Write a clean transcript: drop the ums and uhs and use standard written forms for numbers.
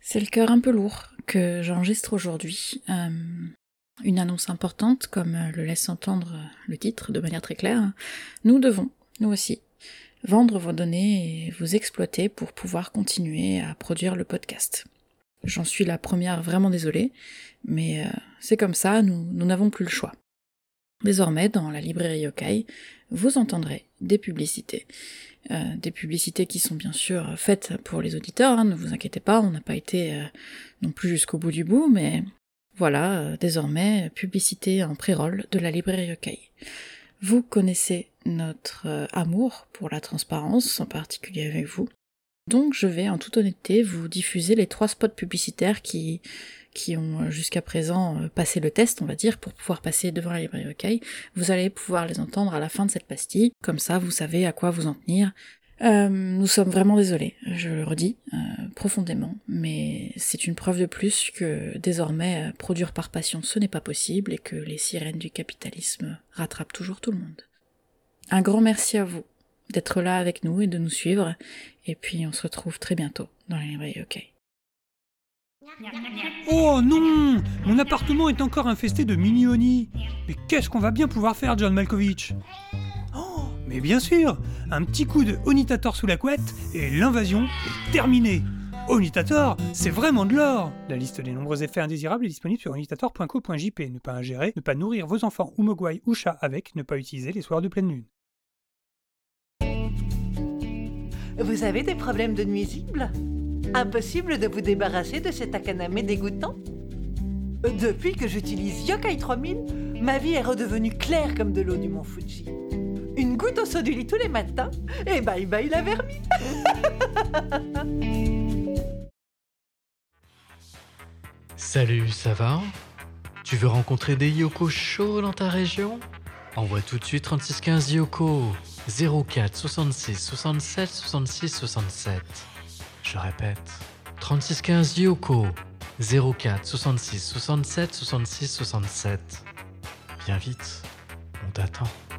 C'est le cœur un peu lourd que j'enregistre aujourd'hui. Une annonce importante, comme le laisse entendre le titre de manière très claire. Nous devons, nous aussi, vendre vos données et vous exploiter pour pouvoir continuer à produire le podcast. J'en suis la première vraiment désolée, mais c'est comme ça, nous n'avons plus le choix. Désormais, dans la librairie Yokai, vous entendrez des publicités. Des publicités qui sont bien sûr faites pour les auditeurs, ne vous inquiétez pas, on n'a pas été non plus jusqu'au bout du bout, mais voilà, désormais, publicité en pré-roll de la librairie Yokai. Vous connaissez notre amour pour la transparence, en particulier avec vous, donc je vais en toute honnêteté vous diffuser les 3 spots publicitaires qui ont jusqu'à présent passé le test, on va dire, pour pouvoir passer devant la librairie Yokai. Vous allez pouvoir les entendre à la fin de cette pastille, comme ça vous savez à quoi vous en tenir. Nous sommes vraiment désolés, je le redis profondément, mais c'est une preuve de plus que désormais produire par passion ce n'est pas possible et que les sirènes du capitalisme rattrapent toujours tout le monde. Un grand merci à vous d'être là avec nous et de nous suivre, et puis on se retrouve très bientôt dans la librairie Yokai. Oh non! Mon appartement est encore infesté de mini-oni. Mais qu'est-ce qu'on va bien pouvoir faire, John Malkovich? Oh, mais bien sûr! Un petit coup de Onitator sous la couette et l'invasion est terminée. Onitator, c'est vraiment de l'or! La liste des nombreux effets indésirables est disponible sur onitator.co.jp. Ne pas ingérer, ne pas nourrir vos enfants ou mogwai ou chats avec, ne pas utiliser les soirs de pleine lune. Vous avez des problèmes de nuisibles? Impossible de vous débarrasser de cet akaname dégoûtant? Depuis que j'utilise Yokai 3000, ma vie est redevenue claire comme de l'eau du mont Fuji. Une goutte au seau du lit tous les matins, et bye bye la vermine. Salut, ça va? Tu veux rencontrer des Yoko chauds dans ta région? Envoie tout de suite 3615 Yoko 04 66 67 66 67. Je répète, 3615 Yoko 04 66 67 66 67. Viens vite, on t'attend.